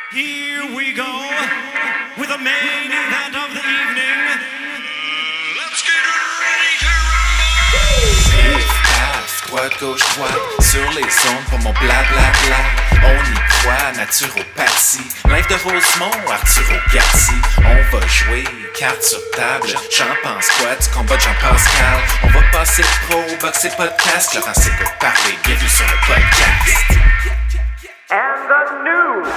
Here we go with the main event of the evening. Let's get ready to rumble! Riff, paf, droite, gauche, droite, sur les ondes pour mon blablabla. On y croit, naturopathie. Live de Rosemont, Arturo Gatti. On va jouer, carte sur table. J'en pense quoi du combat de Jean-Pascal? On va passer pro, boxer podcast. Laurent s'écoute parler, bienvenue sur le podcast. And the news!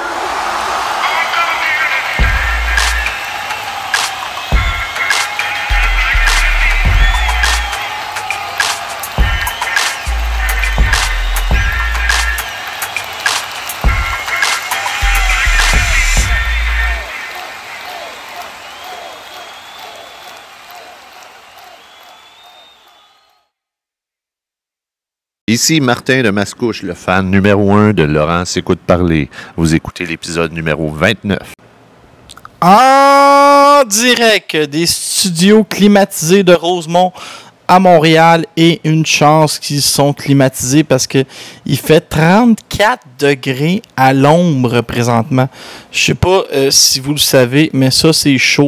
Ici Martin de Mascouche, le fan numéro 1 de Laurent s'écoute parler. Vous écoutez l'épisode numéro 29. En direct des studios climatisés de Rosemont à Montréal, et une chance qu'ils sont climatisés parce que il fait 34 degrés à l'ombre présentement. Je sais pas si vous le savez, mais ça c'est chaud.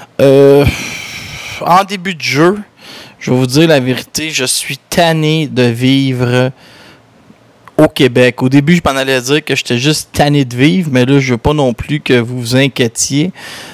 En début de jeu, je vais vous dire la vérité, je suis tanné de vivre au Québec. Au début, je m'en allais dire que j'étais juste tanné de vivre, mais là, je veux pas non plus que vous vous inquiétiez.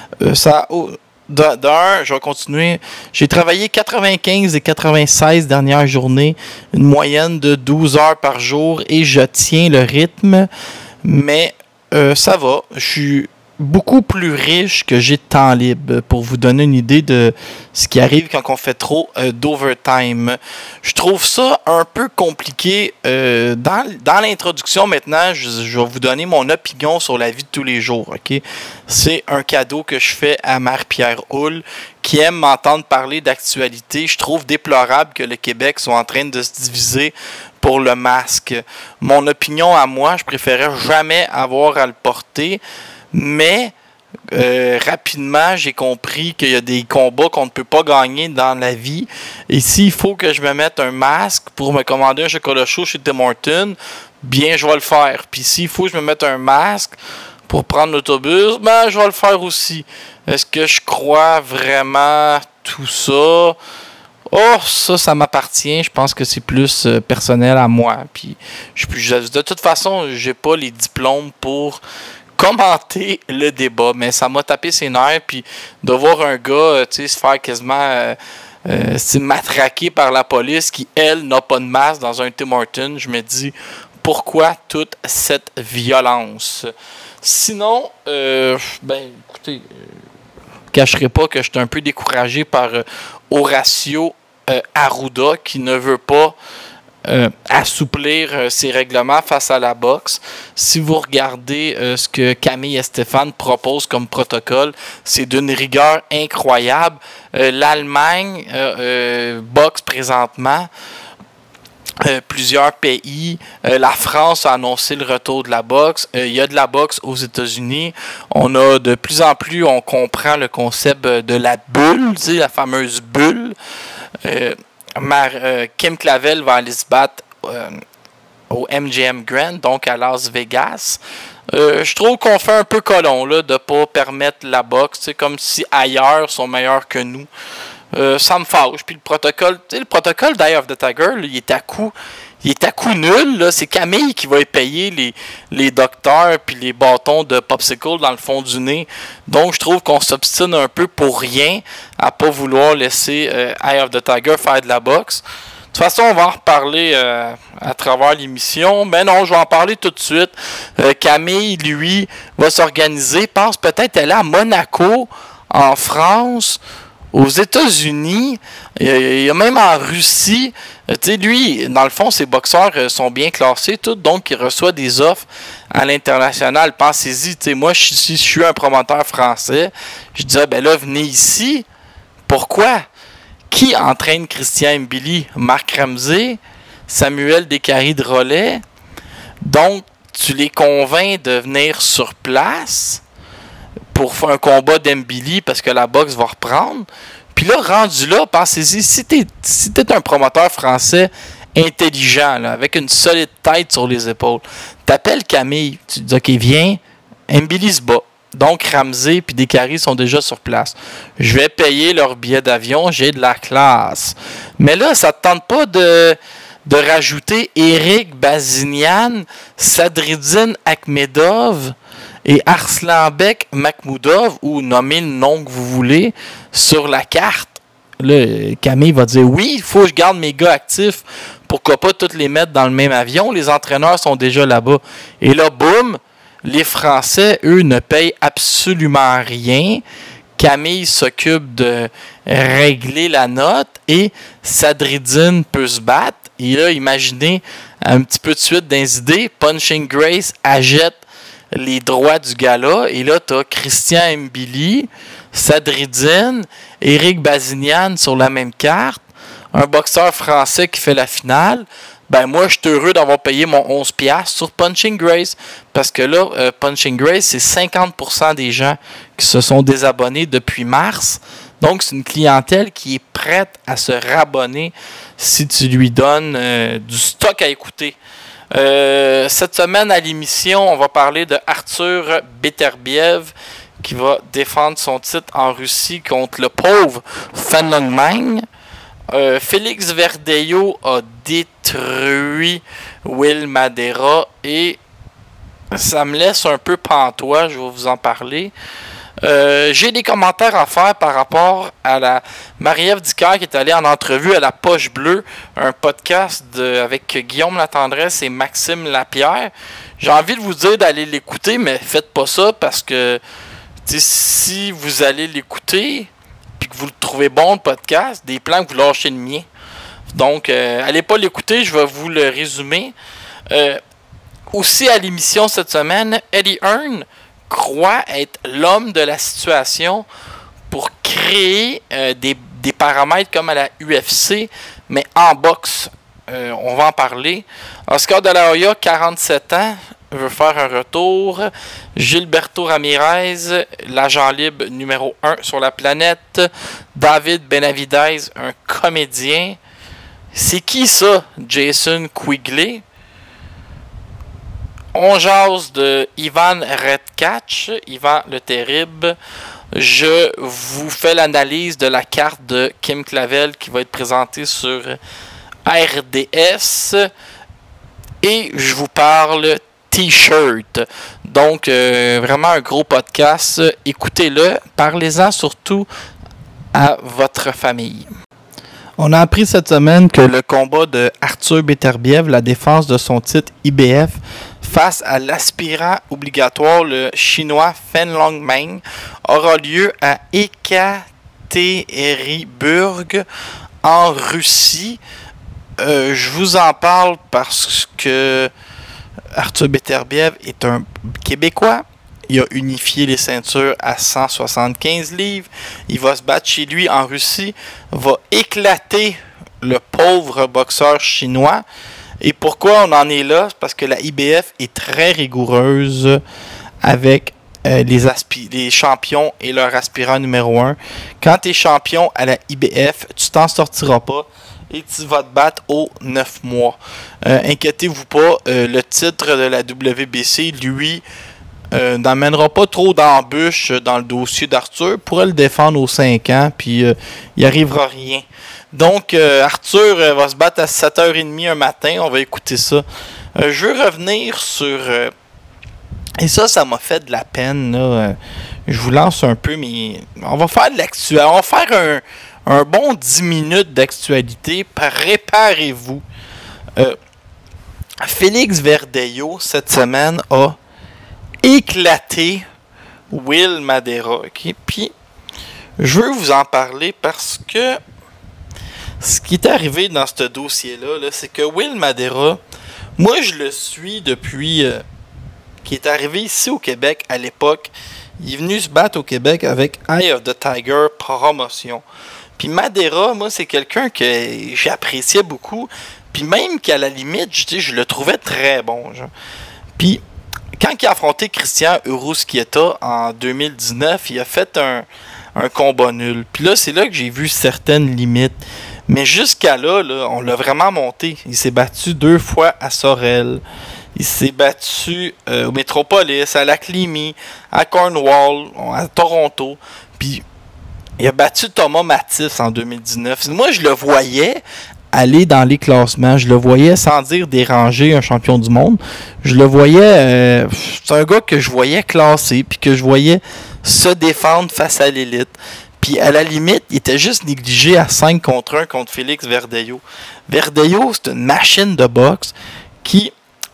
D'un, je vais continuer. J'ai travaillé 95 et 96 dernières journées, une moyenne de 12 heures par jour, et je tiens le rythme, mais ça va. Je suis beaucoup plus riche que j'ai de temps libre, pour vous donner une idée de ce qui arrive quand on fait trop d'overtime. Je trouve ça un peu compliqué. Dans l'introduction maintenant, je vais vous donner mon opinion sur la vie de tous les jours. Okay? C'est un cadeau que je fais à Marie-Pierre Houle, qui aime m'entendre parler d'actualité. Je trouve déplorable que le Québec soit en train de se diviser pour le masque. Mon opinion à moi, je préférais jamais avoir à le porter. Mais rapidement, j'ai compris qu'il y a des combats qu'on ne peut pas gagner dans la vie. Et s'il faut que je me mette un masque pour me commander un chocolat chaud chez Tim Hortons, bien, je vais le faire. Puis s'il faut que je me mette un masque pour prendre l'autobus, ben, je vais le faire aussi. Est-ce que je crois vraiment tout ça? Oh, ça m'appartient. Je pense que c'est plus personnel à moi. Puis, de toute façon, j'ai pas les diplômes pour commenter le débat, mais ça m'a tapé ses nerfs, puis de voir un gars se faire quasiment matraquer par la police qui, elle, n'a pas de masque dans un Tim Hortons, je me dis, pourquoi toute cette violence? Sinon, écoutez, je ne cacherai pas que je suis un peu découragé par Horacio Arruda, qui ne veut pas assouplir ses règlements face à la boxe. Si vous regardez ce que Camille et Stéphane proposent comme protocole, c'est d'une rigueur incroyable. L'Allemagne boxe présentement. Plusieurs pays. La France a annoncé le retour de la boxe. Il y a de la boxe aux États-Unis. On a de plus en plus, on comprend le concept de la bulle, la fameuse bulle. Kim Clavel va aller se battre au MGM Grand, donc à Las Vegas. Je trouve qu'on fait un peu colon là, de ne pas permettre la boxe, comme si ailleurs sont meilleurs que nous. Ça me fâche. Puis le protocole d'Eye of the Tiger, là, il est à coup nul. Là. C'est Camille qui va payer les docteurs puis les bâtons de popsicle dans le fond du nez. Donc, je trouve qu'on s'obstine un peu pour rien à pas vouloir laisser Eye of the Tiger faire de la boxe. De toute façon, on va en reparler à travers l'émission. Mais non, je vais en parler tout de suite. Camille, lui, va s'organiser. Pense peut-être aller à Monaco, en France, aux États-Unis, il y a même en Russie. Tu sais, lui, dans le fond, ses boxeurs sont bien classés, tout, donc il reçoit des offres à l'international. Pensez-y, tu sais, moi, si je suis un promoteur français, je disais, ben là, venez ici. Pourquoi? Qui entraîne Christian Mbili? Marc Ramsey, Samuel Descaries-Drolet. Donc, tu les convaincs de venir sur place pour faire un combat d'Mbili parce que la boxe va reprendre. Puis là, rendu là, pensez-y, si t'es un promoteur français intelligent, là, avec une solide tête sur les épaules, t'appelles Camille, tu te dis, OK, viens, Mbili se bat. Donc, Ramsey et Descaries sont déjà sur place. Je vais payer leur billet d'avion, j'ai de la classe. Mais là, ça ne te tente pas de rajouter Eric Bazinian, Sadriddine Akhmedov et Arslanbek Makhmoudov, ou nommez le nom que vous voulez, sur la carte. Là, Camille va dire, oui, il faut que je garde mes gars actifs. Pourquoi pas tous les mettre dans le même avion? Les entraîneurs sont déjà là-bas. Et là, boum, les Français, eux, ne payent absolument rien. Camille s'occupe de régler la note et Sadriddine peut se battre. Et là, imaginez un petit peu de suite dans les idées, Punching Grace achète les droits du gala. Et là, tu as Christian Mbili, Sadriddine, Eric Bazinian sur la même carte. Un boxeur français qui fait la finale. Ben moi, je suis heureux d'avoir payé mon 11$ sur Punching Grace. Parce que là, Punching Grace, c'est 50% des gens qui se sont désabonnés depuis mars. Donc, c'est une clientèle qui est prête à se rabonner si tu lui donnes du stock à écouter. Cette semaine, à l'émission, on va parler de Arthur Beterbiev qui va défendre son titre en Russie contre le pauvre Fan Longman. Félix Verdejo a détruit Will Madera et ça me laisse un peu pantois, je vais vous en parler. J'ai des commentaires à faire par rapport à la Marie-Ève Dicker qui est allée en entrevue à la Poche Bleue, un podcast avec Guillaume Latendresse et Maxime Lapierre. J'ai envie de vous dire d'aller l'écouter, mais faites pas ça parce que si vous allez l'écouter puis que vous le trouvez bon, le podcast, des plans que vous lâchez le mien. Donc, allez pas l'écouter, je vais vous le résumer. Aussi à l'émission cette semaine, Eddie Hearn croit être l'homme de la situation pour créer des paramètres comme à la UFC, mais en boxe. On va en parler. Oscar De La Hoya, 47 ans, veut faire un retour. Gilberto Ramirez, l'agent libre numéro 1 sur la planète. David Benavidez, un comédien. C'est qui ça, Jason Quigley? On jase de Ivan Redkach, Ivan le Terrible. Je vous fais l'analyse de la carte de Kim Clavel qui va être présentée sur RDS. Et je vous parle T-shirt. Donc, vraiment un gros podcast. Écoutez-le. Parlez-en surtout à votre famille. On a appris cette semaine que le combat de Arthur Beterbiev, la défense de son titre IBF, face à l'aspirant obligatoire, le chinois Fan Longman, aura lieu à Ekaterinbourg, en Russie. Je vous en parle parce que Arthur Beterbiev est un Québécois. Il a unifié les ceintures à 175 livres. Il va se battre chez lui en Russie. Va éclater le pauvre boxeur chinois. Et pourquoi on en est là? C'est parce que la IBF est très rigoureuse avec les champions et leur aspirant numéro 1. Quand tu es champion à la IBF, tu t'en sortiras pas. Et tu vas te battre aux 9 mois. Inquiétez-vous pas, le titre de la WBC, lui, n'amènera pas trop d'embûches dans le dossier d'Arthur. Pourrait le défendre aux 5 ans, puis il n'y arrivera rien. Donc, Arthur va se battre à 7h30 un matin. On va écouter ça. Je veux revenir sur... et ça m'a fait de la peine. Là. Je vous lance un peu, mais on va faire de l'actualité. On va faire un bon 10 minutes d'actualité. Préparez-vous. Félix Verdejo, cette semaine, a éclaté Will Madera. Okay? Puis, je veux vous en parler parce que ce qui est arrivé dans ce dossier-là, c'est que Will Madera, moi, je le suis depuis qu'il est arrivé ici au Québec à l'époque. Il est venu se battre au Québec avec Eye of the Tiger Promotion. Puis Madera, moi, c'est quelqu'un que j'appréciais beaucoup. Puis même qu'à la limite, je le trouvais très bon. Genre. Puis, quand il a affronté Christian Urusquieta en 2019, il a fait un combat nul. Puis là, c'est là que j'ai vu certaines limites. Mais jusqu'à là, on l'a vraiment monté. Il s'est battu 2 fois à Sorel. Il s'est battu au Metropolis, à Lac-Lémy, à Cornwall, à Toronto. Puis il a battu Thomas Mattis en 2019. Moi, je le voyais aller dans les classements. Je le voyais, sans dire déranger un champion du monde. Je le voyais... c'est un gars que je voyais classé, puis que je voyais se défendre face à l'élite. Puis à la limite, il était juste négligé à 5 contre 1 contre Félix Verdejo. Verdejo, c'est une machine de boxe qui,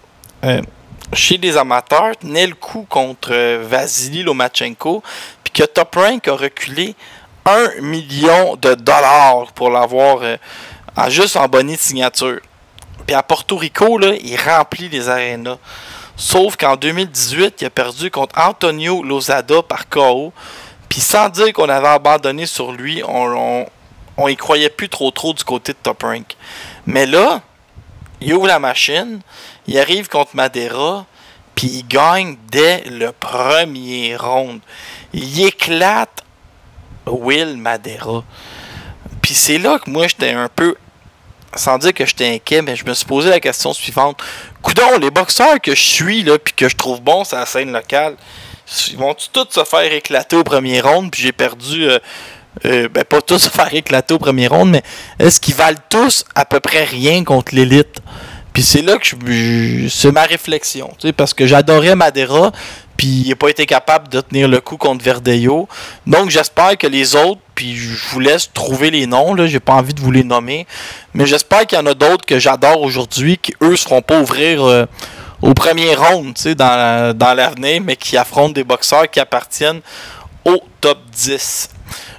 chez les amateurs, tenait le coup contre Vasily Lomachenko, puis que Top Rank a reculé $1 million pour l'avoir juste en bonnet de signature. Puis à Porto Rico, là, il remplit les arénas. Sauf qu'en 2018, il a perdu contre Antonio Lozada par KO. Puis sans dire qu'on avait abandonné sur lui, on y croyait plus trop du côté de Top Rank. Mais là, il ouvre la machine, il arrive contre Madeira, puis il gagne dès le premier round. Il éclate Will Madeira. Puis c'est là que moi j'étais un peu, sans dire que j'étais inquiet, mais je me suis posé la question suivante. Coudon, les boxeurs que je suis là, puis que je trouve bons sur la scène locale, ils vont-tu tous se faire éclater au premier round, puis j'ai perdu... pas tous se faire éclater au premier round, mais est-ce qu'ils valent tous à peu près rien contre l'élite? Puis c'est là que c'est ma réflexion, tu sais, parce que j'adorais Madeira, puis il n'a pas été capable de tenir le coup contre Verdejo. Donc j'espère que les autres, puis je vous laisse trouver les noms, là, j'ai pas envie de vous les nommer, mais j'espère qu'il y en a d'autres que j'adore aujourd'hui, qui eux se feront pas ouvrir au premier round, tu sais, dans l'avenir, mais qui affrontent des boxeurs qui appartiennent au top 10.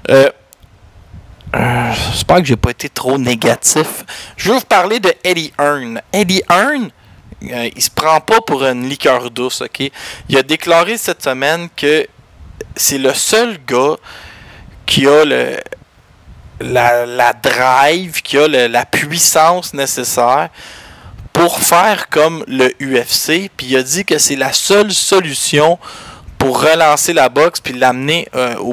J'espère que j'ai pas été trop négatif. Je vais vous parler de Eddie Hearn. Eddie Hearn, il se prend pas pour une liqueur douce, ok? Il a déclaré cette semaine que c'est le seul gars qui a la drive, qui a la puissance nécessaire pour faire comme le UFC. Puis il a dit que c'est la seule solution pour relancer la boxe puis l'amener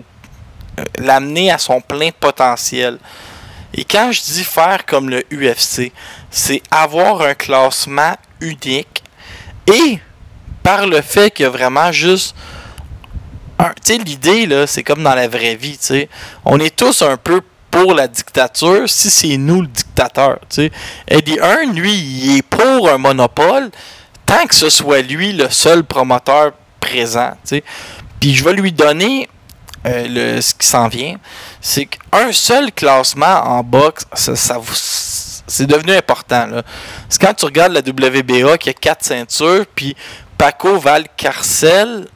à son plein potentiel. Et quand je dis faire comme le UFC, c'est avoir un classement unique et par le fait qu'il y a vraiment juste tu sais, l'idée là, c'est comme dans la vraie vie, tu sais. On est tous un peu pour la dictature si c'est nous le dictateur, tu sais. Eddie Hearn, lui, il est pour un monopole tant que ce soit lui le seul promoteur présent, tu sais. Puis je vais lui donner ce qui s'en vient, c'est qu'un seul classement en boxe, c'est devenu important, là. C'est quand tu regardes la WBA qui a 4 ceintures, puis Paco Valcarcel,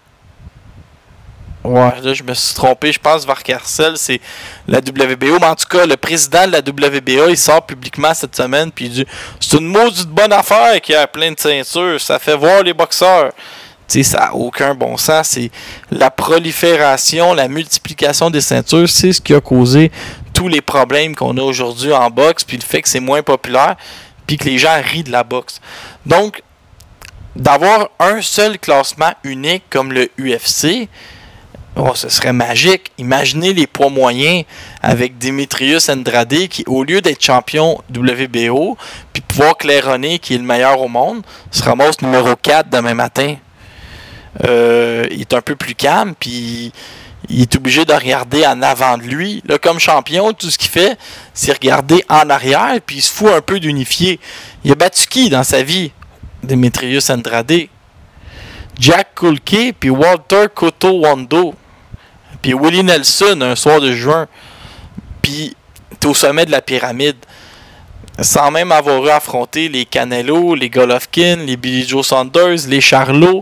ouais, là je me suis trompé, je pense Valcarcel c'est la WBA, mais en tout cas le président de la WBA il sort publiquement cette semaine puis il dit c'est une maudite bonne affaire qui a plein de ceintures, ça fait voir les boxeurs. Tu sais, ça n'a aucun bon sens. C'est la prolifération, la multiplication des ceintures, c'est ce qui a causé tous les problèmes qu'on a aujourd'hui en boxe, puis le fait que c'est moins populaire, puis que les gens rient de la boxe. Donc, d'avoir un seul classement unique comme le UFC, ce serait magique. Imaginez les poids moyens avec Demetrius Andrade qui, au lieu d'être champion WBO, puis pouvoir claironner qui est le meilleur au monde, se ramasse numéro 4 demain matin. Il est un peu plus calme, puis il est obligé de regarder en avant de lui. Là, comme champion, tout ce qu'il fait, c'est regarder en arrière, puis il se fout un peu d'unifier. Il a battu qui dans sa vie? Demetrius Andrade, Jack Kulke, puis Walter Cotto Wando, puis Willie Nelson un soir de juin, puis t'es au sommet de la pyramide. Sans même avoir eu affronté les Canelo, les Golovkin, les Billy Joe Saunders, les Charlot.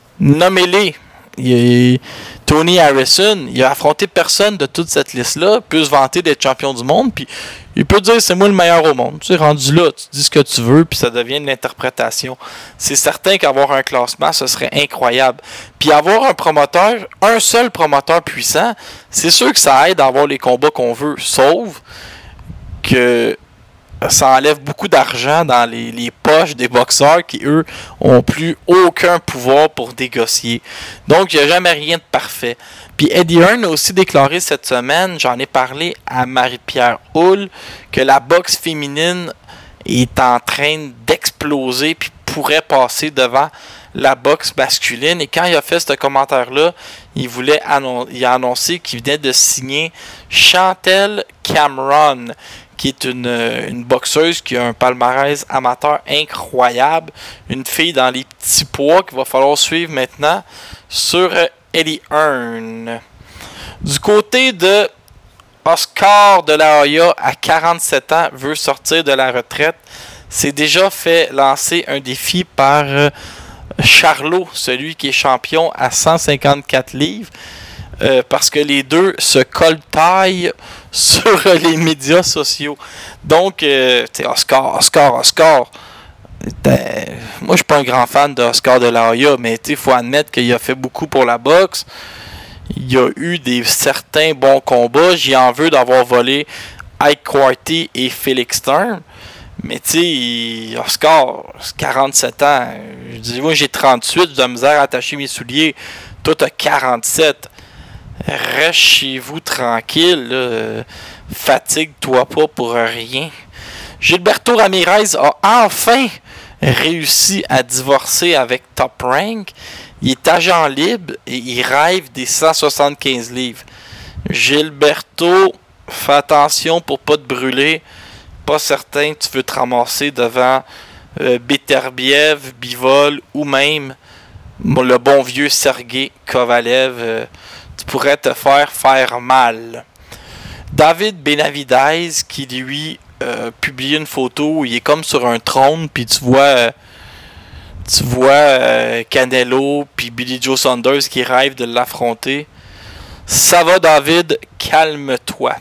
Nommez-les. Tony Harrison, il a affronté personne de toute cette liste-là, peut se vanter d'être champion du monde, puis il peut dire c'est moi le meilleur au monde. Tu sais, rendu là, tu dis ce que tu veux, puis ça devient de l'interprétation. C'est certain qu'avoir un classement, ce serait incroyable. Puis avoir un seul promoteur puissant, c'est sûr que ça aide à avoir les combats qu'on veut, sauf que ça enlève beaucoup d'argent dans les poches des boxeurs qui, eux, ont plus aucun pouvoir pour négocier. Donc, il n'y a jamais rien de parfait. Puis Eddie Hearn a aussi déclaré cette semaine, j'en ai parlé à Marie-Pierre Houle, que la boxe féminine est en train d'exploser puis pourrait passer devant la boxe masculine. Et quand il a fait ce commentaire-là, il a annoncé qu'il venait de signer Chantelle Cameron, qui est une boxeuse qui a un palmarès amateur incroyable. Une fille dans les petits poids qu'il va falloir suivre maintenant sur Eddie Hearn. Du côté de Oscar de la Hoya, à 47 ans, veut sortir de la retraite. C'est déjà fait lancer un défi par Charlot, celui qui est champion à 154 livres. Parce que les deux se coltaillent sur les médias sociaux. Donc, Oscar. Moi, je suis pas un grand fan d'Oscar de la Hoya, mais il faut admettre qu'il a fait beaucoup pour la boxe. Il y a eu certains bons combats. J'y en veux d'avoir volé Ike Quarty et Felix Sturm. Mais tu sais, Oscar, 47 ans. Je dis, moi j'ai 38, j'ai de la misère à attacher mes souliers. Toi, t'as 47. Reste chez vous tranquille. Là. Fatigue-toi pas pour rien. Gilberto Ramirez a enfin réussi à divorcer avec Top Rank. Il est agent libre et il rêve des 175 livres. Gilberto, fais attention pour pas te brûler. Pas certain que tu veux te ramasser devant Beterbiev, Bivol ou même le bon vieux Sergei Kovalev. Tu pourrais te faire mal. David Benavidez qui lui publie une photo où il est comme sur un trône puis tu vois Canelo puis Billy Joe Saunders qui rêvent de l'affronter. Ça va David, calme-toi.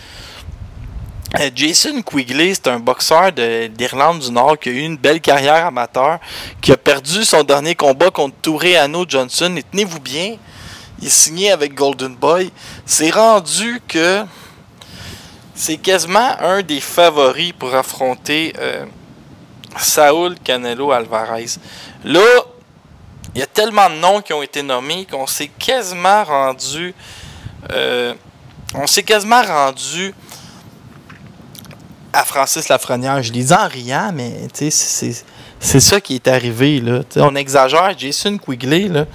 Jason Quigley, c'est un boxeur d'Irlande du Nord qui a eu une belle carrière amateur, qui a perdu son dernier combat contre Tureano Johnson. Et tenez-vous bien, il est signé avec Golden Boy. C'est rendu que c'est quasiment un des favoris pour affronter Saúl Canelo Alvarez. Là, il y a tellement de noms qui ont été nommés qu'on s'est quasiment rendu à Francis Lafrenière. Je l'ai dit en riant, mais c'est ça qui est arrivé. Là. On exagère. Jason Quigley, là,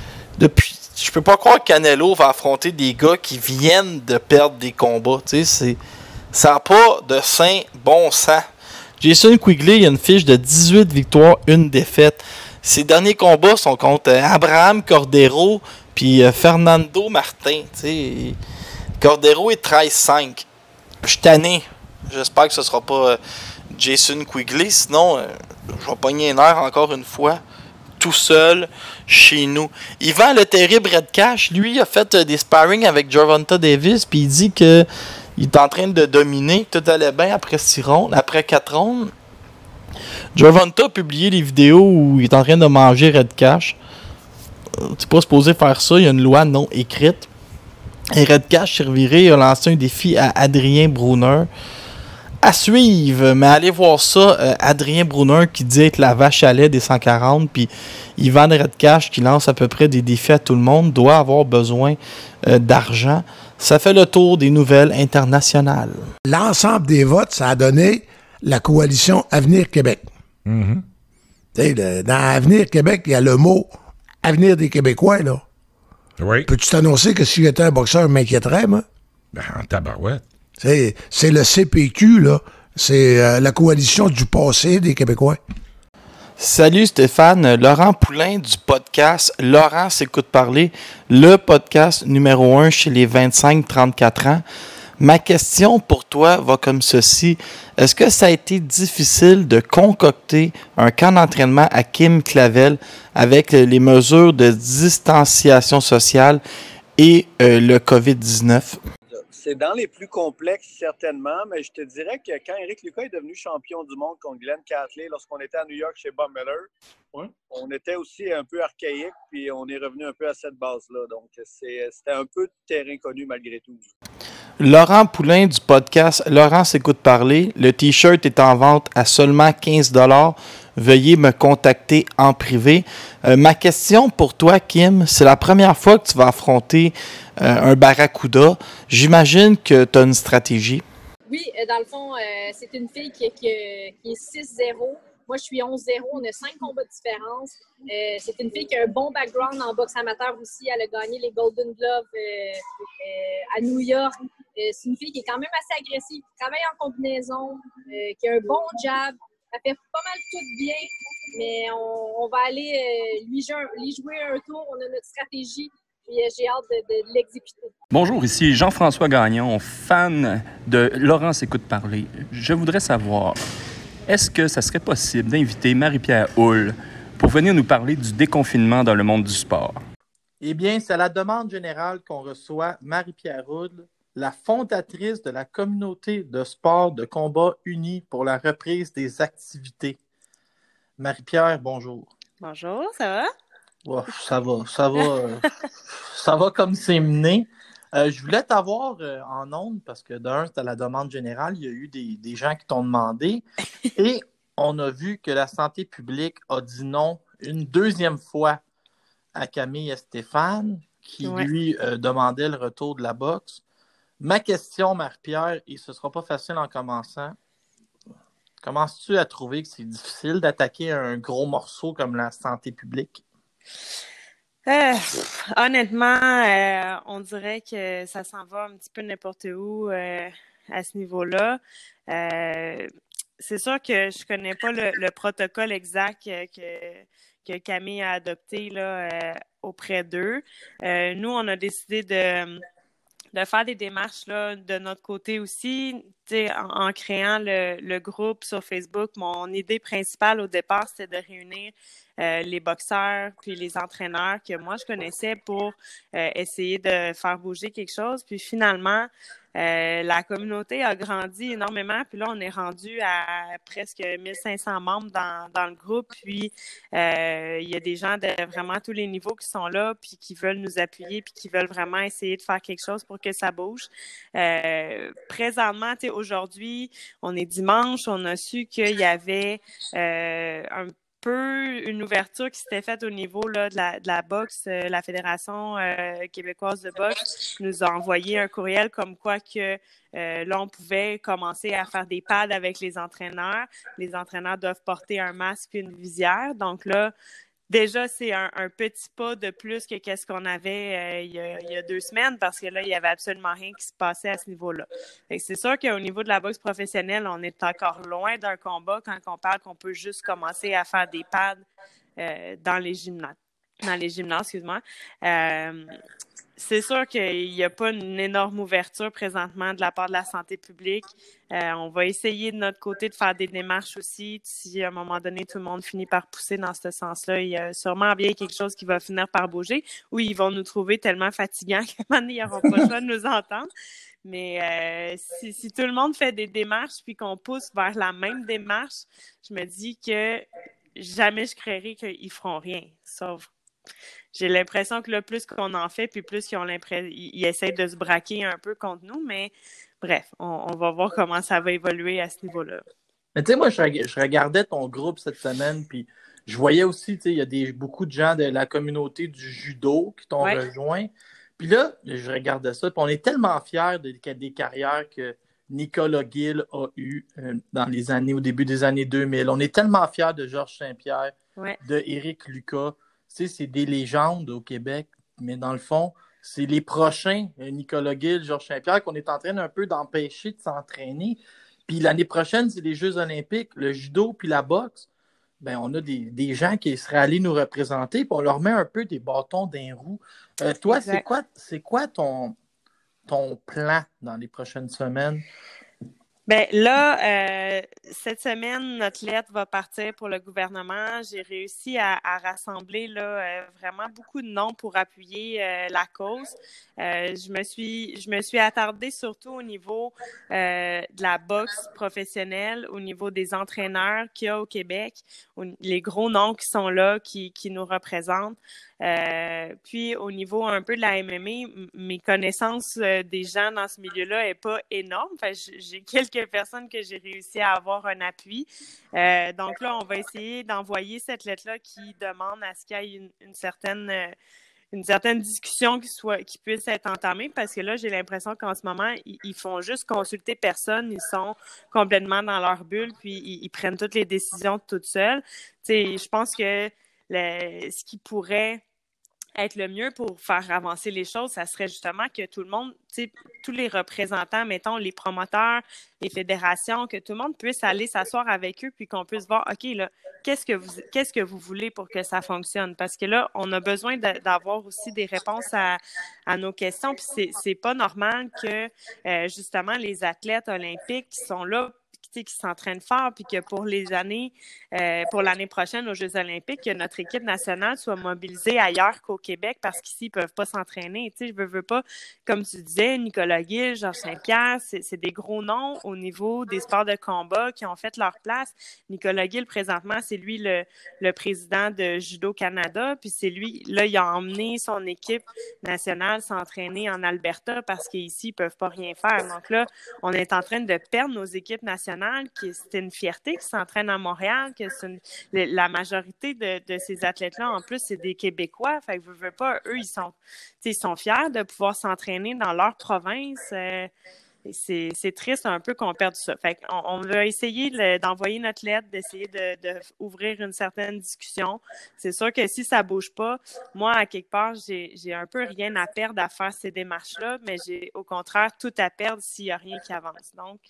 je peux pas croire que Canelo va affronter des gars qui viennent de perdre des combats. Ça n'a pas de saint bon sens. Jason Quigley, il a une fiche de 18 victoires, 1 défaite. Ses derniers combats sont contre Abraham Cordero puis Fernando Martin. T'sais. Cordero est 13-5. Je suis tanné. J'espère que ce ne sera pas Jason Quigley. Sinon, je vais pogner un air encore une fois. Tout seul, chez nous. Yvan le terrible Red Cash, lui, a fait des sparring avec Gervonta Davis. Puis il dit qu'il est en train de dominer. Que tout allait bien après 6 rondes. Après 4 rondes. Gervonta a publié des vidéos où il est en train de manger Red Cash. C'est pas supposé faire ça. Il y a une loi non écrite. Et Red Cash s'est reviré, a lancé un défi à Adrien Brunner. À suivre, mais allez voir ça. Adrien Brunner qui dit être la vache à lait des 140. Puis Yvan Red Cash qui lance à peu près des défis à tout le monde. Doit avoir besoin d'argent. Ça fait le tour des nouvelles internationales. L'ensemble des votes, ça a donné la coalition Avenir Québec. Mm-hmm. Dans Avenir Québec, il y a le mot Avenir des Québécois, là. Oui. Peux-tu t'annoncer que si j'étais un boxeur, je m'inquiéterais, moi? Ben, en tabarouette. C'est le CPQ, là. C'est la coalition du passé des Québécois. Salut Stéphane, Laurent Poulain du podcast Laurent s'écoute parler, le podcast numéro 1 chez les 25-34 ans. Ma question pour toi va comme ceci. Est-ce que ça a été difficile de concocter un camp d'entraînement à Kim Clavel avec les mesures de distanciation sociale et le COVID-19? C'est dans les plus complexes, certainement, mais je te dirais que quand Eric Lucas est devenu champion du monde contre Glenn Catley, lorsqu'on était à New York chez Bob Miller, on était aussi un peu archaïque, puis on est revenu un peu à cette base-là. Donc, c'était un peu de terrain connu malgré tout. Laurent Poulain du podcast Laurent s'écoute parler. Le T-shirt est en vente à seulement 15 $. Veuillez me contacter en privé. Ma question pour toi, Kim, c'est la première fois que tu vas affronter un barracuda. J'imagine que tu as une stratégie. Oui, dans le fond, c'est une fille qui est 6-0. Moi, je suis 11-0. On a 5 combats de différence. C'est une fille qui a un bon background en boxe amateur aussi. Elle a gagné les Golden Gloves à New York. C'est une fille qui est quand même assez agressive, qui travaille en combinaison, qui a un bon jab. Elle fait pas mal tout bien, mais on va aller lui jouer un tour. On a notre stratégie. Puis j'ai hâte de l'exécuter. Bonjour, ici Jean-François Gagnon, fan de Laurence Écoute Parler. Je voudrais savoir, est-ce que ça serait possible d'inviter Marie-Pierre Houle pour venir nous parler du déconfinement dans le monde du sport? Eh bien, c'est à la demande générale qu'on reçoit Marie-Pierre Houle, la fondatrice de la communauté de sport de combat unis pour la reprise des activités. Marie-Pierre, bonjour. Bonjour, ça va? Oh, ça va comme c'est mené. Je voulais t'avoir en ondes parce que d'un, c'est à la demande générale. Il y a eu des gens qui t'ont demandé et on a vu que la santé publique a dit non une deuxième fois à Camille et Stéphane qui lui demandait le retour de la boxe. Ma question, Marie-Pierre, et ce ne sera pas facile en commençant, commences-tu à trouver que c'est difficile d'attaquer un gros morceau comme la santé publique? Honnêtement, on dirait que ça s'en va un petit peu n'importe où à ce niveau-là. C'est sûr que je connais pas le protocole exact que Camille a adopté là, auprès d'eux. Nous, on a décidé de faire des démarches là, de notre côté aussi, en créant le groupe sur Facebook. Mon idée principale au départ, c'était de réunir les boxeurs puis les entraîneurs que moi je connaissais pour essayer de faire bouger quelque chose. Puis finalement, la communauté a grandi énormément. Puis là, on est rendu à presque 1500 membres dans le groupe. Puis il y a des gens de vraiment tous les niveaux qui sont là puis qui veulent nous appuyer puis qui veulent vraiment essayer de faire quelque chose pour que ça bouge. Présentement, aujourd'hui, on est dimanche. On a su qu'il y avait un peu une ouverture qui s'était faite au niveau là, de la boxe. La Fédération québécoise de boxe nous a envoyé un courriel comme quoi que là, on pouvait commencer à faire des pads avec les entraîneurs. Les entraîneurs doivent porter un masque et une visière. Donc là, déjà, c'est un petit pas de plus que qu'est-ce qu'on avait il y a 2 semaines parce que là, il n'y avait absolument rien qui se passait à ce niveau-là. Et c'est sûr qu'au niveau de la boxe professionnelle, on est encore loin d'un combat quand on parle qu'on peut juste commencer à faire des pads dans les gymnases. Excuse-moi. C'est sûr qu'il n'y a pas une énorme ouverture présentement de la part de la santé publique. On va essayer de notre côté de faire des démarches aussi. Si à un moment donné, tout le monde finit par pousser dans ce sens-là, il y a sûrement bien quelque chose qui va finir par bouger ou ils vont nous trouver tellement fatigants qu'à un moment donné, ils n'auront pas le choix de nous entendre. Mais si tout le monde fait des démarches puis qu'on pousse vers la même démarche, je me dis que jamais je créerai qu'ils feront rien. Sauf j'ai l'impression que là, plus qu'on en fait, puis plus ils essaient de se braquer un peu contre nous. Mais bref, on va voir comment ça va évoluer à ce niveau-là. Mais tu sais, moi, je regardais ton groupe cette semaine, puis je voyais aussi, tu sais, il y a beaucoup de gens de la communauté du judo qui t'ont rejoint. Puis là, je regardais ça, puis on est tellement fiers des carrières que Nicolas Gill a eues au début des années 2000. On est tellement fiers de Georges Saint-Pierre, de Éric Lucas. Tu sais, c'est des légendes au Québec, mais dans le fond, c'est les prochains, Nicolas Gill, Georges Saint-Pierre, qu'on est en train un peu d'empêcher de s'entraîner. Puis l'année prochaine, c'est les Jeux olympiques, le judo puis la boxe. Ben, on a des gens qui seraient allés nous représenter, puis on leur met un peu des bâtons dans les roues. Toi, c'est quoi ton plan dans les prochaines semaines? Ben là, cette semaine, notre lettre va partir pour le gouvernement. J'ai réussi à rassembler là vraiment beaucoup de noms pour appuyer la cause. Je me suis attardée surtout au niveau de la boxe professionnelle, au niveau des entraîneurs qu'il y a au Québec, les gros noms qui sont là, qui nous représentent. Puis au niveau un peu de la MMA, mes connaissances des gens dans ce milieu-là n'est pas énorme. Enfin, j'ai quelques personnes que j'ai réussi à avoir un appui. Donc là, on va essayer d'envoyer cette lettre-là qui demande à ce qu'il y ait une certaine une certaine discussion qui puisse être entamée, parce que là, j'ai l'impression qu'en ce moment, ils font juste consulter personne, ils sont complètement dans leur bulle, puis ils prennent toutes les décisions toutes seules. Je pense que ce qui pourrait être le mieux pour faire avancer les choses, ça serait justement que tout le monde, tous les représentants, mettons, les promoteurs, les fédérations, que tout le monde puisse aller s'asseoir avec eux puis qu'on puisse voir, OK, là, qu'est-ce que vous voulez pour que ça fonctionne? Parce que là, on a besoin d'avoir aussi des réponses à nos questions. Puis c'est pas normal que, justement, les athlètes olympiques qui sont là, qui s'entraînent fort, puis que pour l'année prochaine aux Jeux olympiques, que notre équipe nationale soit mobilisée ailleurs qu'au Québec, parce qu'ici, ils peuvent pas s'entraîner. Je veux pas, comme tu disais, Nicolas Gill, Georges Saint-Pierre, c'est des gros noms au niveau des sports de combat qui ont fait leur place. Nicolas Gill, présentement, c'est lui le président de Judo Canada, puis c'est lui, là, il a emmené son équipe nationale s'entraîner en Alberta parce qu'ici, ils peuvent pas rien faire. Donc là, on est en train de perdre nos équipes nationales, que c'est une fierté qu'ils s'entraînent à Montréal, que la majorité de ces athlètes-là, en plus, c'est des Québécois. Fait que veux pas, eux, ils sont fiers de pouvoir s'entraîner dans leur province. C'est triste un peu qu'on perde ça. Fait qu'on va essayer d'envoyer notre lettre, d'essayer de ouvrir une certaine discussion. C'est sûr que si ça bouge pas, moi, à quelque part, j'ai un peu rien à perdre à faire ces démarches-là, mais j'ai au contraire tout à perdre s'il y a rien qui avance. Donc,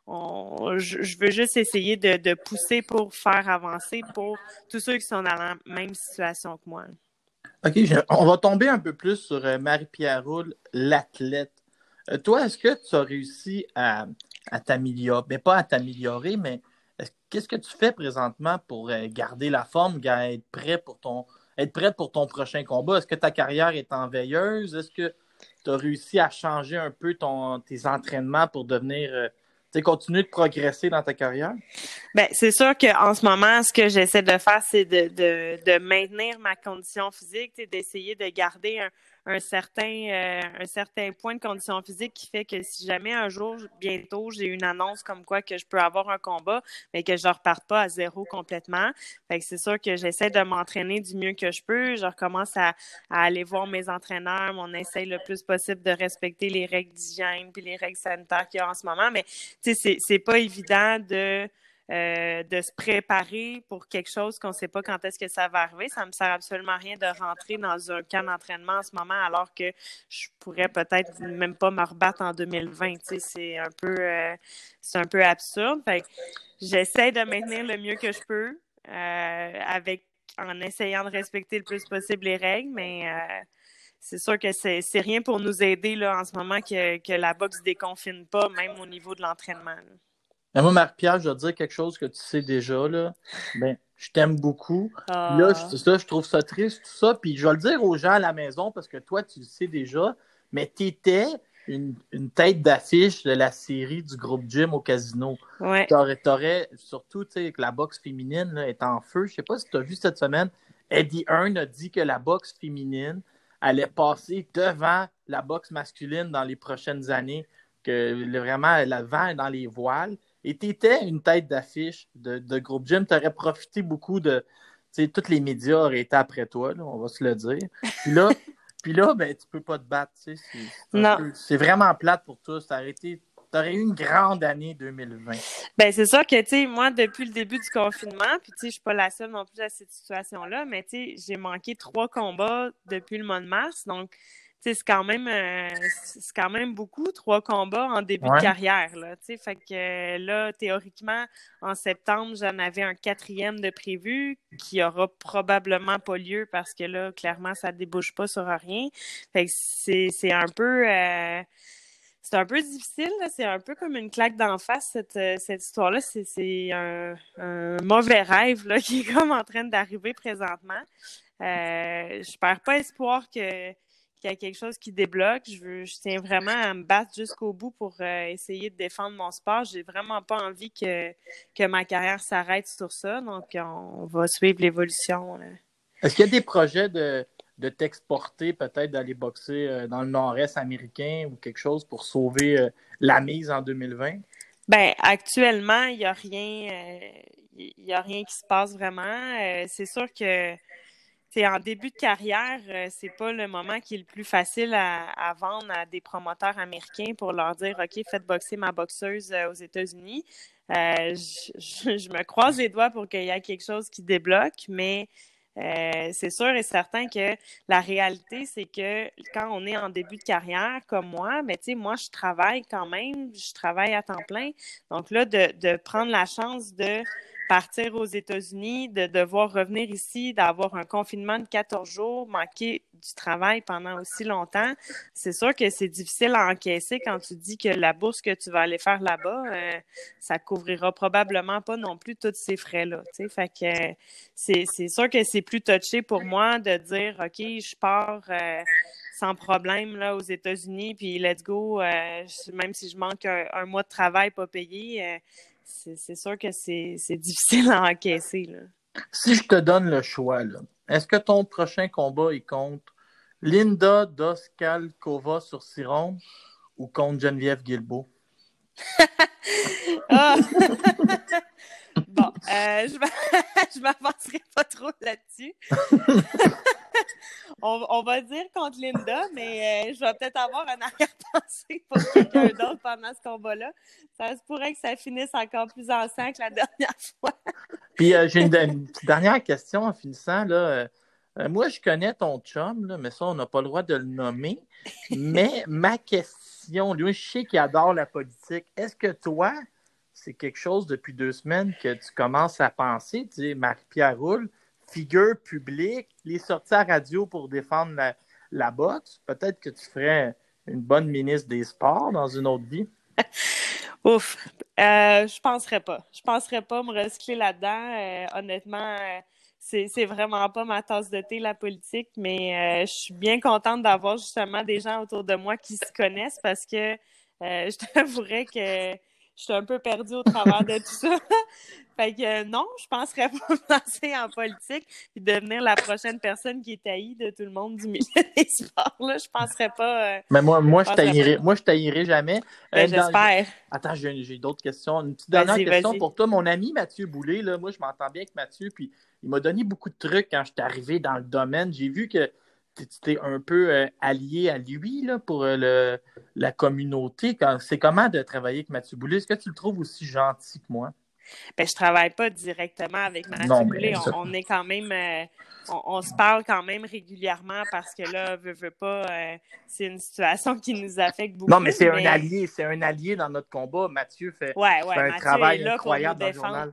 je veux juste essayer de pousser pour faire avancer pour tous ceux qui sont dans la même situation que moi. OK, on va tomber un peu plus sur Marie-Pierre Houle, l'athlète. Toi, est-ce que tu as réussi à t'améliorer? Mais pas à t'améliorer, mais qu'est-ce que tu fais présentement pour garder la forme, être prêt pour ton prochain combat? Est-ce que ta carrière est en veilleuse? Est-ce que tu as réussi à changer un peu tes entraînements pour devenir continuer de progresser dans ta carrière? Bien, c'est sûr qu'en ce moment, ce que j'essaie de faire, c'est de maintenir ma condition physique, d'essayer de garder un certain point de condition physique qui fait que si jamais un jour, bientôt, j'ai une annonce comme quoi que je peux avoir un combat, mais que je ne reparte pas à zéro complètement. Fait que c'est sûr que j'essaie de m'entraîner du mieux que je peux. Je recommence à aller voir mes entraîneurs. On essaye le plus possible de respecter les règles d'hygiène puis les règles sanitaires qu'il y a en ce moment. Mais c'est pas évident de se préparer pour quelque chose qu'on ne sait pas quand est-ce que ça va arriver. Ça me sert absolument à rien de rentrer dans un camp d'entraînement en ce moment alors que je pourrais peut-être même pas me rebattre en 2020. C'est un peu absurde. Fait que j'essaie de maintenir le mieux que je peux en essayant de respecter le plus possible les règles, mais c'est sûr que c'est rien pour nous aider là, en ce moment que la boxe déconfine pas, même au niveau de l'entraînement. Mais moi, Marie-Pierre, je vais te dire quelque chose que tu sais déjà. Là. Ben, je t'aime beaucoup. Là, je trouve ça triste, tout ça. Puis je vais le dire aux gens à la maison parce que toi, tu le sais déjà, mais tu étais une tête d'affiche de la série du groupe Gym au casino. Ouais. T'aurais surtout, tu sais, que la boxe féminine là, est en feu. Je sais pas si tu as vu cette semaine, Eddie Hearn a dit que la boxe féminine allait passer devant la boxe masculine dans les prochaines années, que vraiment, le vent est dans les voiles. Et tu étais une tête d'affiche de groupe Gym. Tu aurais profité beaucoup de... Tu sais, tous les médias auraient été après toi, là, on va se le dire. Puis là, ben, tu peux pas te battre. Tu sais, c'est vraiment plate pour toi. Tu aurais eu une grande année 2020. Ben c'est sûr que, tu sais, moi, depuis le début du confinement, puis tu sais, je suis pas la seule non plus à cette situation-là, mais tu sais, j'ai manqué 3 combats depuis le mois de mars. Donc, c'est quand même beaucoup, 3 combats en début de carrière, là, tu sais. Fait que là, théoriquement, en septembre, j'en avais un 4e de prévu qui aura probablement pas lieu parce que là, clairement, ça débouche pas sur rien. Fait que c'est un peu... c'est un peu difficile, là. C'est un peu comme une claque d'en face, cette histoire-là. C'est un mauvais rêve là, qui est comme en train d'arriver présentement. Je perds pas espoir qu'il y a quelque chose qui débloque. Je tiens vraiment à me battre jusqu'au bout pour essayer de défendre mon sport. J'ai vraiment pas envie que ma carrière s'arrête sur ça. Donc, on va suivre l'évolution. Est-ce qu'il y a des projets de t'exporter, peut-être d'aller boxer dans le nord-est américain ou quelque chose pour sauver la mise en 2020? Ben, actuellement, il n'y a rien qui se passe vraiment. C'est sûr que t'es en début de carrière, c'est pas le moment qui est le plus facile à vendre à des promoteurs américains pour leur dire OK, faites boxer ma boxeuse aux États-Unis. Je me croise les doigts pour qu'il y ait quelque chose qui débloque, mais c'est sûr et certain que la réalité, c'est que quand on est en début de carrière, comme moi, mais tu sais, moi, je travaille quand même, je travaille à temps plein. Donc là, de prendre la chance de partir aux États-Unis, de devoir revenir ici, d'avoir un confinement de 14 jours, manquer du travail pendant aussi longtemps, c'est sûr que c'est difficile à encaisser quand tu dis que la bourse que tu vas aller faire là-bas, ça couvrira probablement pas non plus tous ces frais-là. Tu sais, fait que c'est sûr que c'est plus touché pour moi de dire OK, je pars sans problème là aux États-Unis, puis let's go, même si je manque un mois de travail pas payé. C'est sûr que c'est difficile à encaisser, là. Si je te donne le choix, là, est-ce que ton prochain combat est contre Linda Doskalkova sur 6 rondes ou contre Geneviève Guilbeault? Ah! Bon, je m'avancerai pas trop là-dessus. On va dire contre Linda, mais je vais peut-être avoir un arrière-pensée pour quelqu'un d'autre pendant ce combat-là. Ça se pourrait que ça finisse encore plus en sang que la dernière fois. Puis j'ai une petite dernière question en finissant. Là. Moi, je connais ton chum, là, mais ça, on n'a pas le droit de le nommer. Mais ma question, lui, je sais qu'il adore la politique. Est-ce que toi, c'est quelque chose depuis 2 semaines que tu commences à penser? Tu sais, Marie-Pierre Roule, figure publique, les sorties à radio pour défendre la boxe. Peut-être que tu ferais une bonne ministre des Sports dans une autre vie. Ouf, je penserais pas. Je penserais pas me recycler là-dedans. Honnêtement, c'est vraiment pas ma tasse de thé, la politique, mais je suis bien contente d'avoir justement des gens autour de moi qui se connaissent parce que je t'avouerais que je suis un peu perdue au travers de tout ça. Fait que non, je penserais pas me lancer en politique et devenir la prochaine personne qui est haïe de tout le monde du milieu des sports. Là, je penserais pas. Mais moi je taillerai jamais. J'espère. Attends, j'ai d'autres questions. Une petite dernière question pour toi. Mon ami Mathieu Boulay, là, moi, je m'entends bien avec Mathieu, puis il m'a donné beaucoup de trucs quand je suis arrivé dans le domaine. J'ai vu que tu étais un peu allié à lui là, pour la communauté. C'est comment de travailler avec Mathieu Boulay? Est-ce que tu le trouves aussi gentil que moi? Ben, je travaille pas directement avec Mathieu Boulay. On est quand même, on se parle quand même régulièrement parce que là, veut pas, c'est une situation qui nous affecte beaucoup. Non, mais c'est un allié dans notre combat. Mathieu fait un travail incroyable dans le journal.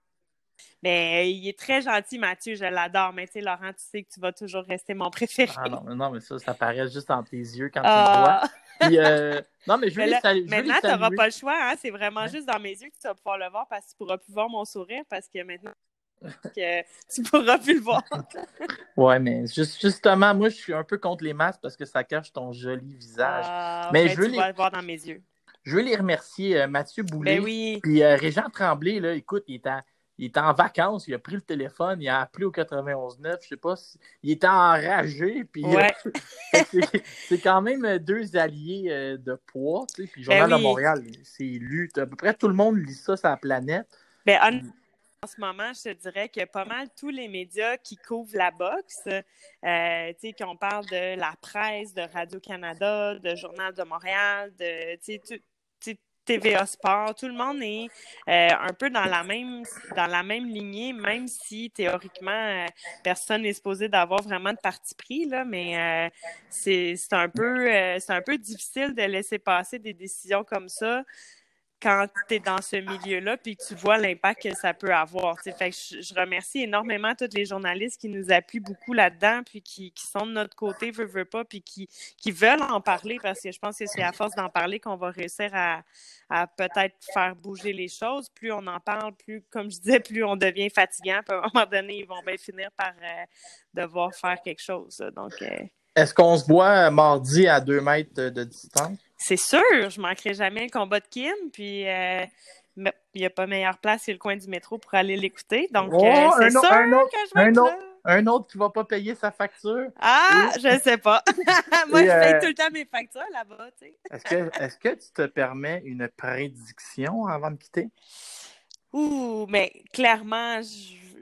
Mais il est très gentil, Mathieu, je l'adore. Mais tu sais, Laurent, tu sais que tu vas toujours rester mon préféré. Ah non, mais ça paraît juste dans tes yeux quand tu le vois. Puis, non, mais je veux saluer. Maintenant, tu n'auras pas le choix. Hein? C'est vraiment juste dans mes yeux que tu vas pouvoir le voir parce que tu ne pourras plus voir mon sourire parce que maintenant, que tu ne pourras plus le voir. Ouais, mais justement, moi, je suis un peu contre les masques parce que ça cache ton joli visage. Mais tu vas le voir dans mes yeux. Je veux les remercier, Mathieu Boulay. Ben oui. Puis Régent Tremblay, là, écoute, il était en vacances, il a pris le téléphone, il a appelé au 91.9, je sais pas si... Il était enragé, puis c'est quand même 2 alliés de poids, tu sais, puis Journal de Montréal, c'est lu, à peu près tout le monde lit ça sur la planète. Ben, en ce moment, je te dirais que pas mal tous les médias qui couvrent la boxe, tu sais, qu'on parle de la presse, de Radio-Canada, de Journal de Montréal, de, tu sais, TVA Sport, tout le monde est un peu dans la même lignée, même si théoriquement personne n'est supposé d'avoir vraiment de parti pris là, mais c'est un peu difficile de laisser passer des décisions comme ça quand tu es dans ce milieu-là puis que tu vois l'impact que ça peut avoir. T'sais. Fait que je remercie énormément tous les journalistes qui nous appuient beaucoup là-dedans puis qui sont de notre côté, veut pas, puis qui veulent en parler parce que je pense que c'est à force d'en parler qu'on va réussir à peut-être faire bouger les choses. Plus on en parle, plus, comme je disais, plus on devient fatigant. Puis à un moment donné, ils vont bien finir par devoir faire quelque chose. Donc, est-ce qu'on se voit mardi à 2 mètres de distance? C'est sûr, je manquerai jamais le combat de Kim, puis il n'y a pas meilleure place que le coin du métro pour aller l'écouter. Donc, c'est sûr que je vais être là. Un autre qui ne va pas payer sa facture. Ah, je sais pas. Moi, je paye tout le temps mes factures là-bas. Tu sais. Est-ce que tu te permets une prédiction avant de quitter? Mais clairement,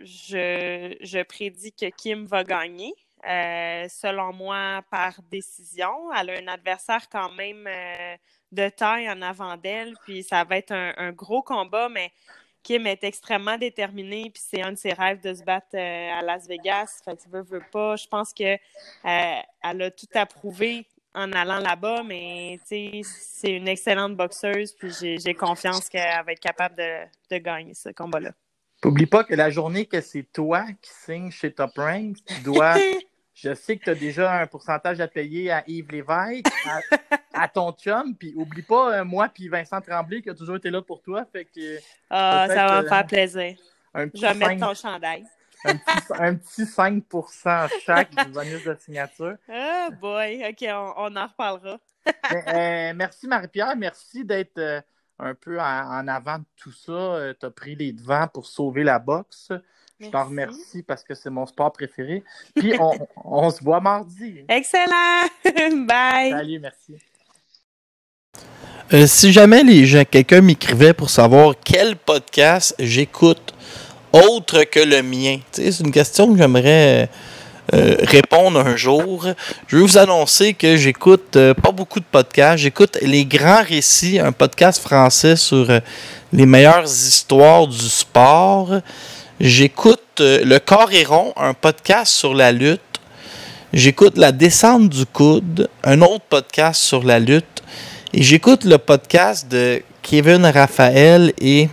je prédis que Kim va gagner. Selon moi, par décision. Elle a un adversaire quand même de taille en avant d'elle, puis ça va être un gros combat, mais Kim est extrêmement déterminée, puis c'est un de ses rêves de se battre à Las Vegas. Fait que veut pas. Je pense que elle a tout à prouver en allant là-bas, mais c'est une excellente boxeuse, puis j'ai confiance qu'elle va être capable de gagner ce combat-là. N'oublie pas que la journée que c'est toi qui signes chez Top Rank, tu dois... Je sais que tu as déjà un pourcentage à payer à Yves Lévesque, à ton chum, puis oublie pas moi puis Vincent Tremblay qui a toujours été là pour toi. Fait que, ça va me faire plaisir. Je vais mettre ton chandail. un petit 5% chaque du bonus de signature. Ah boy, OK, on en reparlera. Merci Marie-Pierre, merci d'être un peu en avant de tout ça. Tu as pris les devants pour sauver la boxe. Je t'en remercie parce que c'est mon sport préféré. Puis on se voit mardi. Excellent! Bye! Salut, merci. Si jamais quelqu'un m'écrivait pour savoir quel podcast j'écoute autre que le mien, c'est une question que j'aimerais répondre un jour. Je vais vous annoncer que j'écoute pas beaucoup de podcasts. J'écoute Les Grands Récits, un podcast français sur les meilleures histoires du sport. J'écoute Le Corps est rond, un podcast sur la lutte. J'écoute La Descente du coude, un autre podcast sur la lutte. Et j'écoute le podcast de Kevin Raphaël et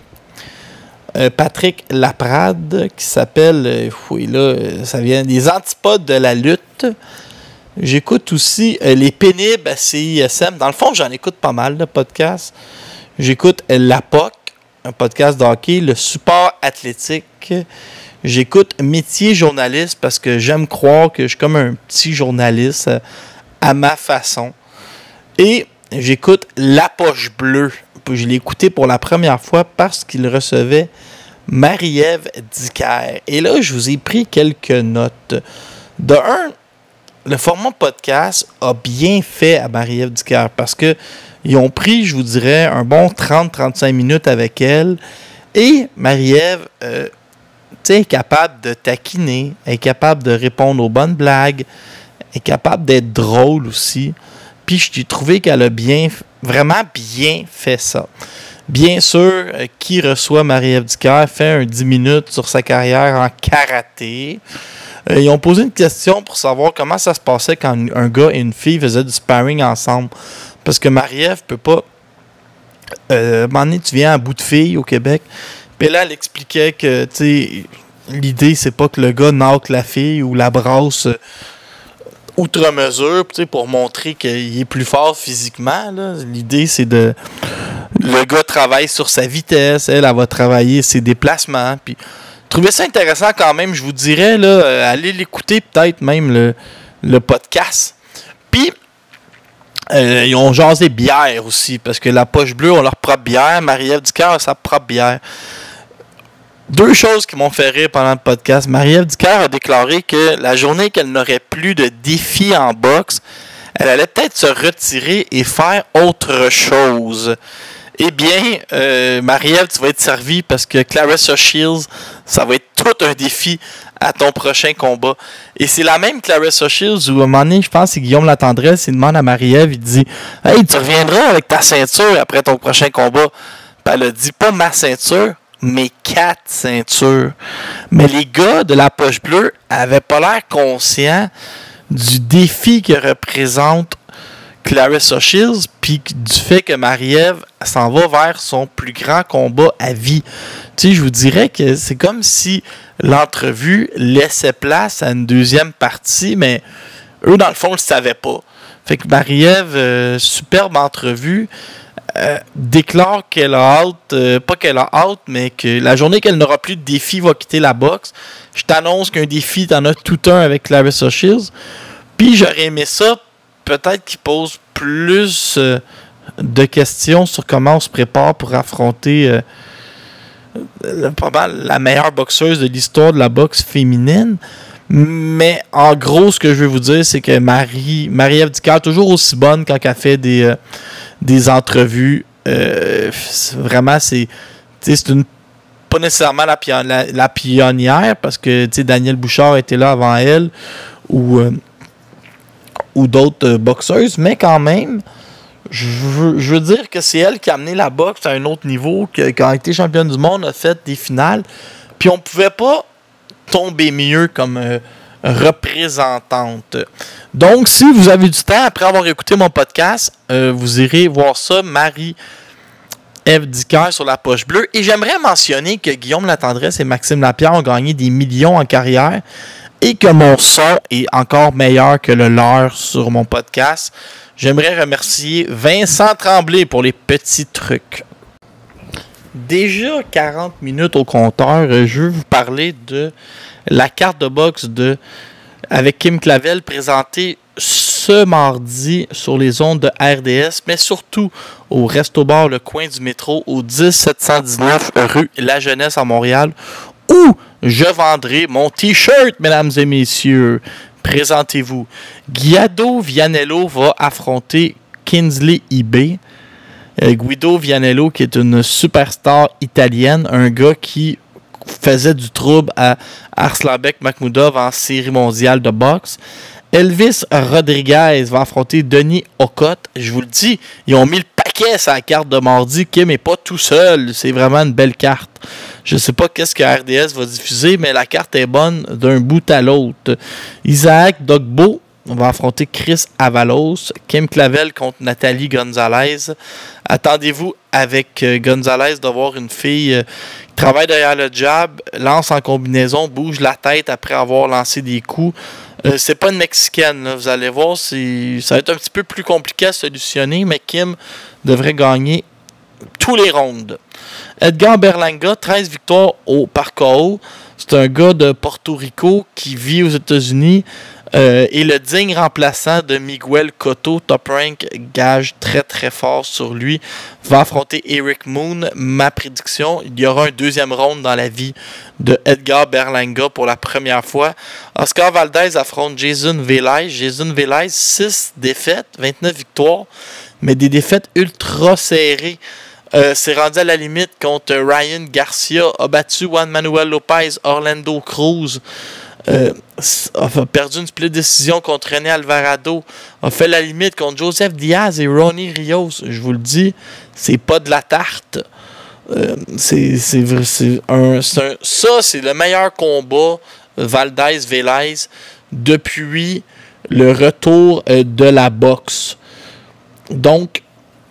Patrick Laprade qui s'appelle, ça vient des antipodes de la lutte. J'écoute aussi Les Pénibles à CISM. Dans le fond, j'en écoute pas mal de podcasts. J'écoute La POC, un podcast de hockey, Le Support athlétique. J'écoute Métier journaliste parce que j'aime croire que je suis comme un petit journaliste à ma façon. Et j'écoute La Poche Bleue. Je l'ai écouté pour la première fois parce qu'il recevait Marie-Ève Dicker. Et là, je vous ai pris quelques notes. De un, le format podcast a bien fait à Marie-Ève Dicker parce que ils ont pris, je vous dirais, un bon 30-35 minutes avec elle. Et Marie-Ève, est capable de taquiner, est capable de répondre aux bonnes blagues, est capable d'être drôle aussi. Puis j'ai trouvé qu'elle a vraiment bien fait ça. Bien sûr, qui reçoit Marie-Ève Dicker fait un 10 minutes sur sa carrière en karaté. Ils ont posé une question pour savoir comment ça se passait quand un gars et une fille faisaient du sparring ensemble. Parce que Marie-Ève peut pas... à un moment donné, tu viens à bout de fille au Québec. Puis là, elle expliquait que l'idée, c'est pas que le gars knock la fille ou la brasse outre mesure pour montrer qu'il est plus fort physiquement. Là. L'idée, c'est de... Le gars travaille sur sa vitesse, elle va travailler ses déplacements. Puis, trouvez ça intéressant quand même, je vous dirais, là, allez l'écouter peut-être même le podcast. Puis, ils ont jasé bière aussi, parce que La Poche Bleue a leur propre bière, Marie-Ève Dicker a sa propre bière. Deux choses qui m'ont fait rire pendant le podcast. Marie-Ève Dicker a déclaré que la journée qu'elle n'aurait plus de défi en boxe, elle allait peut-être se retirer et faire autre chose. Eh bien, Marie-Ève, tu vas être servie parce que Claressa Shields, ça va être tout un défi à ton prochain combat. Et c'est la même Claressa Shields où, à un moment donné, je pense que c'est Guillaume Latendresse, il demande à Marie-Ève, il dit « Hey, tu reviendras avec ta ceinture après ton prochain combat. » Puis elle a dit pas ma ceinture, mais 4 ceintures. Mais les gars de La Poche Bleue avaient pas l'air conscients du défi que représente Claressa Shields, puis du fait que Marie-Ève s'en va vers son plus grand combat à vie. Tu sais, je vous dirais que c'est comme si l'entrevue laissait place à une deuxième partie, mais eux, dans le fond, ne le savaient pas. Fait que Marie-Ève, superbe entrevue, déclare qu'elle a hâte, pas qu'elle a hâte, mais que la journée qu'elle n'aura plus de défi va quitter la boxe. Je t'annonce qu'un défi, t'en as tout un avec Claressa Shields. Puis j'aurais aimé ça, peut-être qu'il pose plus de questions sur comment on se prépare pour affronter la meilleure boxeuse de l'histoire de la boxe féminine. Mais en gros, ce que je veux vous dire, c'est que Marie-Ève Dicker, toujours aussi bonne quand elle fait des entrevues. Vraiment, c'est une pas nécessairement la pionnière, parce que Daniel Bouchard était là avant elle, ou d'autres boxeuses, mais quand même, je veux dire que c'est elle qui a amené la boxe à un autre niveau, qui a été championne du monde, a fait des finales, puis on pouvait pas tomber mieux comme représentante. Donc, si vous avez du temps, après avoir écouté mon podcast, vous irez voir ça, Marie-Ève Dicker sur la poche bleue. Et j'aimerais mentionner que Guillaume Latendresse et Maxime Lapierre ont gagné des millions en carrière et que mon son est encore meilleur que le leur sur mon podcast. J'aimerais remercier Vincent Tremblay pour les petits trucs. Déjà 40 minutes au compteur, je veux vous parler de la carte de boxe avec Kim Clavel présentée ce mardi sur les ondes de RDS, mais surtout au Resto-Bar Le Coin du Métro, au 10719 rue La Jeunesse à Montréal, où je vendrai mon T-shirt, mesdames et messieurs. Présentez-vous. Guido Vianello va affronter Kinsley Ibé. Guido Vianello, qui est une superstar italienne, un gars qui faisait du trouble à Arslanbek Makhmoudov en série mondiale de boxe. Elvis Rodriguez va affronter Denis Ocotte. Je vous le dis, ils ont mis le paquet sur la carte de mardi. Kim n'est pas tout seul. C'est vraiment une belle carte. Je ne sais pas qu'est-ce que RDS va diffuser, mais la carte est bonne d'un bout à l'autre. Isaac Dogbo va affronter Chris Avalos. Kim Clavel contre Nathalie Gonzalez. Attendez-vous avec Gonzalez de voir une fille qui travaille derrière le jab, lance en combinaison, bouge la tête après avoir lancé des coups. C'est pas une Mexicaine, là. Vous allez voir, ça va être un petit peu plus compliqué à solutionner, mais Kim devrait gagner tous les rounds. Edgar Berlanga, 13 victoires par KO. C'est un gars de Porto Rico qui vit aux États-Unis et le digne remplaçant de Miguel Cotto, Top Rank, gage très très fort sur lui, va affronter Eric Moon. Ma prédiction, il y aura un deuxième round dans la vie de Edgar Berlanga pour la première fois. Oscar Valdez affronte Jason Velez. Jason Velez, 6 défaites, 29 victoires, mais des défaites ultra serrées. C'est rendu à la limite contre Ryan Garcia, a battu Juan Manuel Lopez, Orlando Cruz, a perdu une split décision contre René Alvarado, a fait la limite contre Joseph Diaz et Ronnie Rios. Je vous le dis, c'est pas de la tarte. Ça, c'est le meilleur combat Valdez-Velez depuis le retour de la boxe. Donc,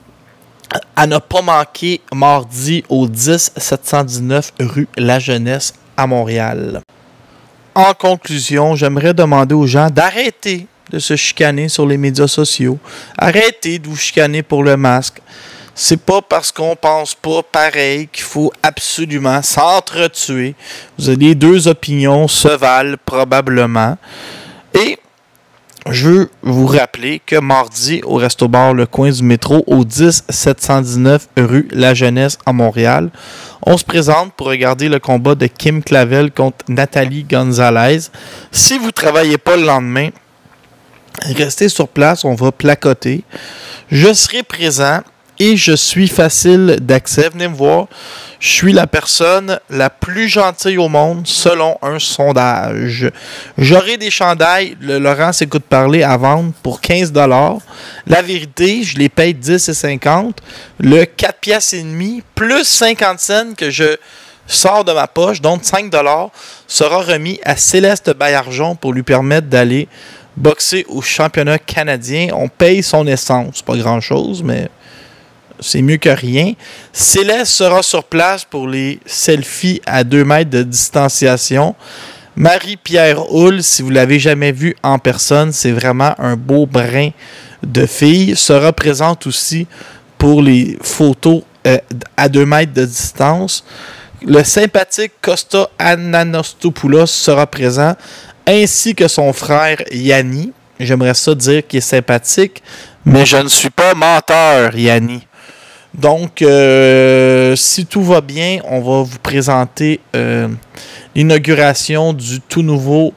à ne pas manquer mardi au 10-719 rue La Jeunesse à Montréal. En conclusion, j'aimerais demander aux gens d'arrêter de se chicaner sur les médias sociaux. Arrêtez de vous chicaner pour le masque. C'est pas parce qu'on pense pas pareil qu'il faut absolument s'entretuer. Vous avez les deux opinions se valent probablement. Et je veux vous rappeler que mardi, au Resto-Bar Le Coin du Métro, au 10-719 rue La Jeunesse à Montréal, on se présente pour regarder le combat de Kim Clavel contre Nathalie Gonzalez. Si vous ne travaillez pas le lendemain, restez sur place, on va placoter. Je serai présent et je suis facile d'accès. Venez me voir. Je suis la personne la plus gentille au monde selon un sondage. J'aurai des chandails, le Laurent s'écoute parler, à vendre pour 15$. La vérité, je les paye 10,50$. Le 4,5$ plus 50 cents que je sors de ma poche, donc 5$, sera remis à Céleste Baillargeon pour lui permettre d'aller boxer au championnat canadien. On paye son essence, pas grand-chose, mais c'est mieux que rien. Céleste sera sur place pour les selfies à 2 mètres de distanciation. Marie-Pierre Houle, si vous ne l'avez jamais vue en personne, c'est vraiment un beau brin de fille, sera présente aussi pour les photos à 2 mètres de distance. Le sympathique Costa Ananostopoulos sera présent, ainsi que son frère Yanni. J'aimerais ça dire qu'il est sympathique, mais je ne suis pas menteur, Yanni. Donc, si tout va bien, on va vous présenter l'inauguration du tout nouveau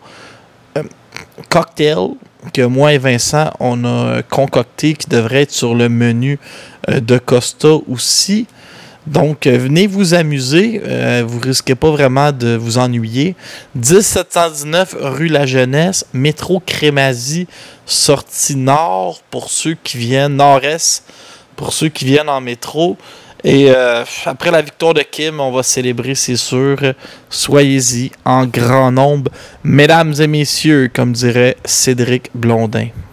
cocktail que moi et Vincent, on a concocté, qui devrait être sur le menu de Costa aussi. Donc, venez vous amuser. Vous risquez pas vraiment de vous ennuyer. 10719 rue La Jeunesse, métro Crémazie, sortie nord pour ceux qui viennent, nord-est pour ceux qui viennent en métro. Et après la victoire de Kim, on va célébrer, c'est sûr. Soyez-y en grand nombre, mesdames et messieurs, comme dirait Cédric Blondin.